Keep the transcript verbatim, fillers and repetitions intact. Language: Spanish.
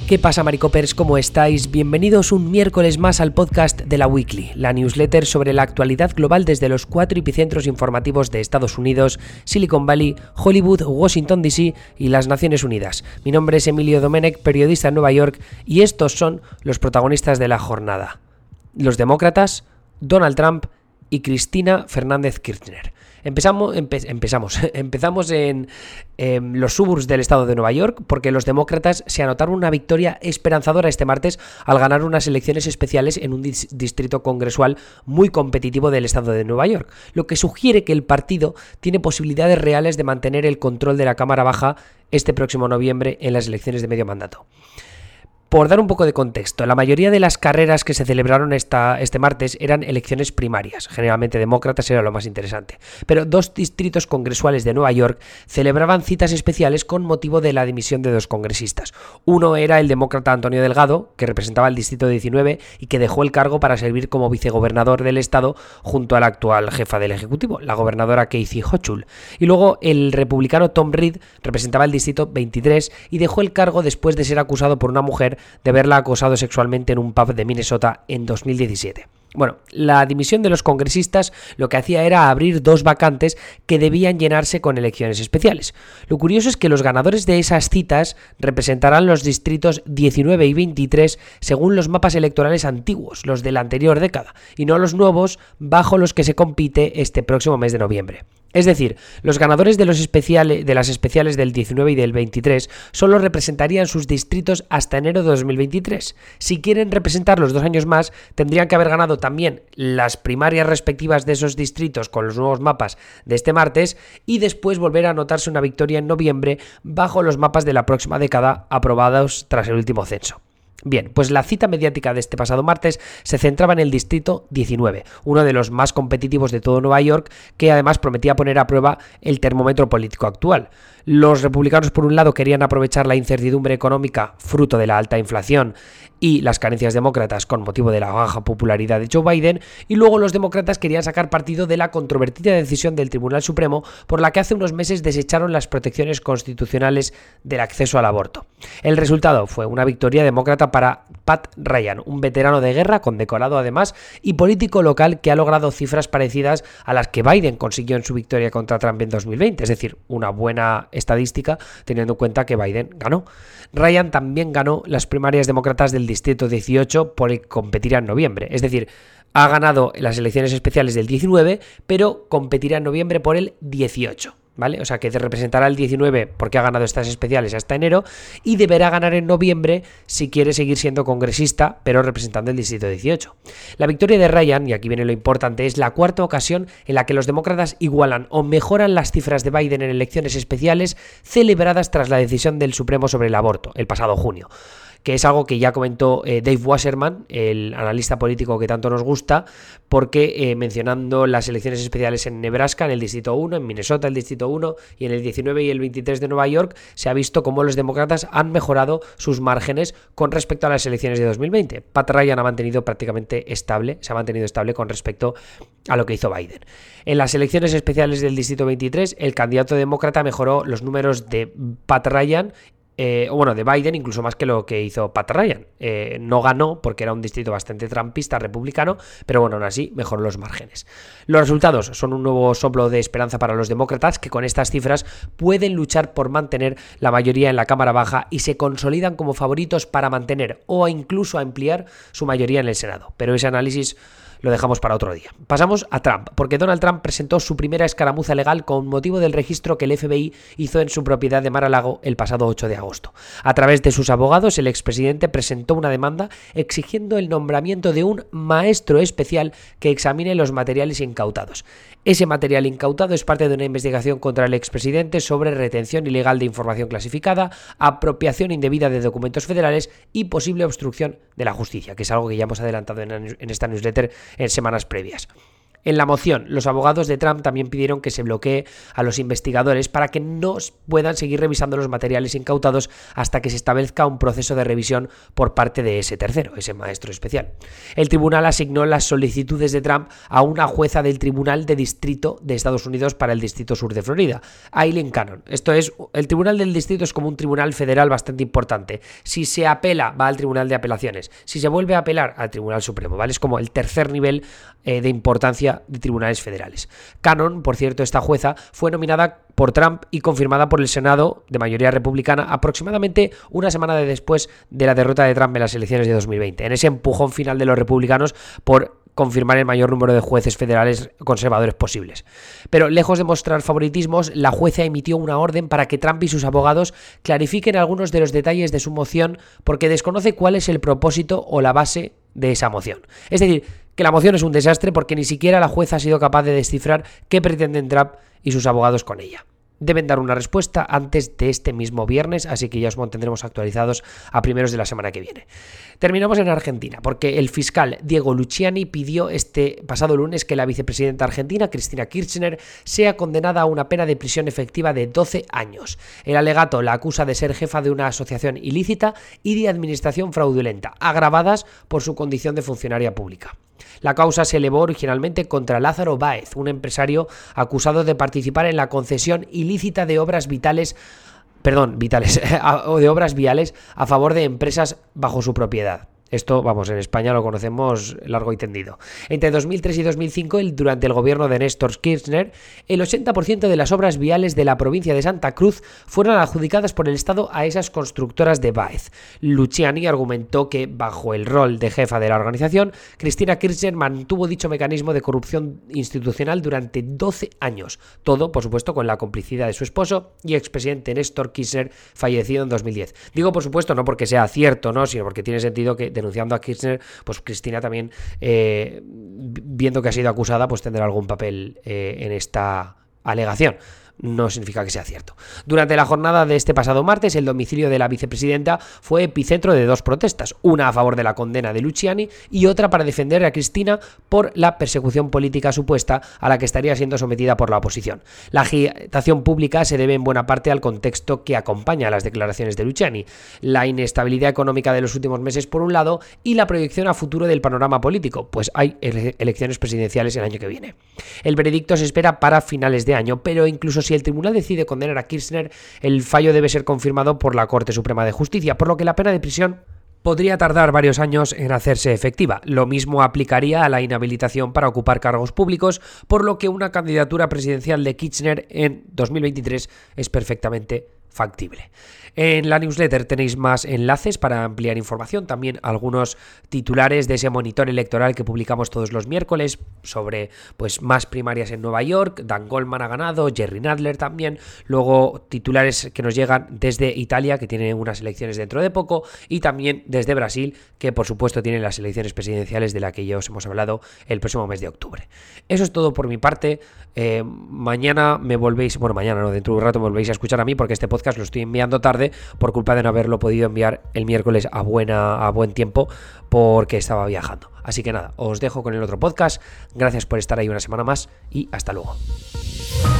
¿Qué pasa, Maricopers? ¿Cómo estáis? Bienvenidos un miércoles más al podcast de la Weekly, la newsletter sobre la actualidad global desde los cuatro epicentros informativos de Estados Unidos, Silicon Valley, Hollywood, Washington D C y las Naciones Unidas. Mi nombre es Emilio Domenech, periodista en Nueva York, y estos son los protagonistas de la jornada: los demócratas, Donald Trump y Cristina Fernández Kirchner. Empezamos, empe- empezamos, empezamos en eh, los suburbs del estado de Nueva York, porque los demócratas se anotaron una victoria esperanzadora este martes al ganar unas elecciones especiales en un dis- distrito congresual muy competitivo del estado de Nueva York, lo que sugiere que el partido tiene posibilidades reales de mantener el control de la Cámara Baja este próximo noviembre en las elecciones de medio mandato. Por dar un poco de contexto, la mayoría de las carreras que se celebraron esta, este martes eran elecciones primarias, generalmente demócratas era lo más interesante, pero dos distritos congresuales de Nueva York celebraban citas especiales con motivo de la dimisión de dos congresistas. Uno era el demócrata Antonio Delgado, que representaba el distrito diecinueve y que dejó el cargo para servir como vicegobernador del estado junto a la actual jefa del Ejecutivo, la gobernadora Kathy Hochul. Y luego el republicano Tom Reed representaba el distrito veintitrés y dejó el cargo después de ser acusado por una mujer de haberla acosado sexualmente en un pub de Minnesota en dos mil diecisiete. Bueno, la dimisión de los congresistas lo que hacía era abrir dos vacantes que debían llenarse con elecciones especiales. Lo curioso es que los ganadores de esas citas representarán los distritos diecinueve y veintitrés según los mapas electorales antiguos, los de la anterior década, y no los nuevos bajo los que se compite este próximo mes de noviembre. Es decir, los ganadores de, los especiales, de las especiales del diecinueve y del veintitrés solo representarían sus distritos hasta enero de dos mil veintitrés. Si quieren representar los dos años más, tendrían que haber ganado también las primarias respectivas de esos distritos con los nuevos mapas de este martes y después volver a anotarse una victoria en noviembre bajo los mapas de la próxima década aprobados tras el último censo. Bien, pues la cita mediática de este pasado martes se centraba en el distrito diecinueve, uno de los más competitivos de todo Nueva York, que además prometía poner a prueba el termómetro político actual. Los republicanos, por un lado, querían aprovechar la incertidumbre económica fruto de la alta inflación y las carencias demócratas con motivo de la baja popularidad de Joe Biden, y luego los demócratas querían sacar partido de la controvertida decisión del Tribunal Supremo por la que hace unos meses desecharon las protecciones constitucionales del acceso al aborto. El resultado fue una victoria demócrata para Pat Ryan, un veterano de guerra, condecorado además, y político local que ha logrado cifras parecidas a las que Biden consiguió en su victoria contra Trump en dos mil veinte, es decir, una buena estadística teniendo en cuenta que Biden ganó. Ryan también ganó las primarias demócratas del distrito dieciocho por el que competirá en noviembre, es decir, ha ganado las elecciones especiales del diecinueve, pero competirá en noviembre por el dieciocho. ¿Vale? O sea que representará el diecinueve porque ha ganado estas especiales hasta enero y deberá ganar en noviembre si quiere seguir siendo congresista, pero representando el distrito dieciocho. La victoria de Ryan, y aquí viene lo importante, es la cuarta ocasión en la que los demócratas igualan o mejoran las cifras de Biden en elecciones especiales celebradas tras la decisión del Supremo sobre el aborto el pasado junio, que es algo que ya comentó eh, Dave Wasserman, el analista político que tanto nos gusta, porque eh, mencionando las elecciones especiales en Nebraska, en el distrito uno, en Minnesota el distrito uno y en el diecinueve y el veintitrés de Nueva York, se ha visto cómo los demócratas han mejorado sus márgenes con respecto a las elecciones de dos mil veinte. Pat Ryan ha mantenido prácticamente estable, se ha mantenido estable con respecto a lo que hizo Biden. En las elecciones especiales del distrito veintitrés, el candidato demócrata mejoró los números de Pat Ryan, Eh, bueno, de Biden, incluso más que lo que hizo Pat Ryan. Eh, no ganó porque era un distrito bastante trumpista, republicano, pero bueno, aún así mejoró los márgenes. Los resultados son un nuevo soplo de esperanza para los demócratas, que con estas cifras pueden luchar por mantener la mayoría en la Cámara Baja y se consolidan como favoritos para mantener o incluso ampliar su mayoría en el Senado. Pero ese análisis lo dejamos para otro día. Pasamos a Trump, porque Donald Trump presentó su primera escaramuza legal con motivo del registro que el F B I hizo en su propiedad de Mar-a-Lago el pasado ocho de agosto. A través de sus abogados, el expresidente presentó una demanda exigiendo el nombramiento de un maestro especial que examine los materiales incautados. Ese material incautado es parte de una investigación contra el expresidente sobre retención ilegal de información clasificada, apropiación indebida de documentos federales y posible obstrucción de la justicia, que es algo que ya hemos adelantado en esta newsletter en semanas previas. En la moción, los abogados de Trump también pidieron que se bloquee a los investigadores para que no puedan seguir revisando los materiales incautados hasta que se establezca un proceso de revisión por parte de ese tercero, ese maestro especial. El tribunal asignó las solicitudes de Trump a una jueza del Tribunal de Distrito de Estados Unidos para el Distrito Sur de Florida, Aileen Cannon. Esto es, el Tribunal del Distrito es como un tribunal federal bastante importante. Si se apela, va al Tribunal de Apelaciones. Si se vuelve a apelar, al Tribunal Supremo, ¿vale? Es como el tercer nivel eh, de importancia de tribunales federales. Cannon, por cierto, esta jueza, fue nominada por Trump y confirmada por el Senado de mayoría republicana aproximadamente una semana después de la derrota de Trump en las elecciones de dos mil veinte, en ese empujón final de los republicanos por confirmar el mayor número de jueces federales conservadores posibles. Pero lejos de mostrar favoritismos, la jueza emitió una orden para que Trump y sus abogados clarifiquen algunos de los detalles de su moción porque desconoce cuál es el propósito o la base de esa moción. Es decir, que la moción es un desastre porque ni siquiera la jueza ha sido capaz de descifrar qué pretenden Trump y sus abogados con ella. Deben dar una respuesta antes de este mismo viernes, así que ya os mantendremos actualizados a primeros de la semana que viene. Terminamos en Argentina, porque el fiscal Diego Luciani pidió este pasado lunes que la vicepresidenta argentina, Cristina Kirchner, sea condenada a una pena de prisión efectiva de doce años. El alegato la acusa de ser jefa de una asociación ilícita y de administración fraudulenta, agravadas por su condición de funcionaria pública. La causa se elevó originalmente contra Lázaro Báez, un empresario acusado de participar en la concesión ilícita de obras vitales, perdón, vitales, o de obras viales a favor de empresas bajo su propiedad. Esto, vamos, en España lo conocemos largo y tendido. Entre dos mil tres y dos mil cinco, el, durante el gobierno de Néstor Kirchner, el ochenta por ciento de las obras viales de la provincia de Santa Cruz fueron adjudicadas por el Estado a esas constructoras de Báez. Luciani argumentó que, bajo el rol de jefa de la organización, Cristina Kirchner mantuvo dicho mecanismo de corrupción institucional durante doce años. Todo, por supuesto, con la complicidad de su esposo y expresidente Néstor Kirchner, fallecido en dos mil diez. Digo, por supuesto, no porque sea cierto, ¿no?, sino porque tiene sentido que denunciando a Kirchner, pues Cristina también, eh, viendo que ha sido acusada, pues tendrá algún papel eh, en esta alegación. No significa que sea cierto. Durante la jornada de este pasado martes, el domicilio de la vicepresidenta fue epicentro de dos protestas, una a favor de la condena de Luciani y otra para defender a Cristina por la persecución política supuesta a la que estaría siendo sometida por la oposición. La agitación pública se debe en buena parte al contexto que acompaña a las declaraciones de Luciani, la inestabilidad económica de los últimos meses por un lado y la proyección a futuro del panorama político, pues hay ele- elecciones presidenciales el año que viene. El veredicto se espera para finales de año, pero incluso si el tribunal decide condenar a Kirchner, el fallo debe ser confirmado por la Corte Suprema de Justicia, por lo que la pena de prisión podría tardar varios años en hacerse efectiva. Lo mismo aplicaría a la inhabilitación para ocupar cargos públicos, por lo que una candidatura presidencial de Kirchner en dos mil veintitrés es perfectamente factible. En la newsletter tenéis más enlaces para ampliar información, también algunos titulares de ese monitor electoral que publicamos todos los miércoles sobre pues más primarias en Nueva York. Dan Goldman ha ganado, Jerry Nadler también, luego titulares que nos llegan desde Italia, que tiene unas elecciones dentro de poco, y también desde Brasil, que por supuesto tiene las elecciones presidenciales de las que ya os hemos hablado el próximo mes de octubre. Eso es todo por mi parte. Eh, mañana me volvéis, bueno mañana no, dentro de un rato me volvéis a escuchar a mí porque este podcast lo estoy enviando tarde por culpa de no haberlo podido enviar el miércoles a, buena, a buen tiempo porque estaba viajando. Así que nada, os dejo con el otro podcast. Gracias por estar ahí una semana más y hasta luego.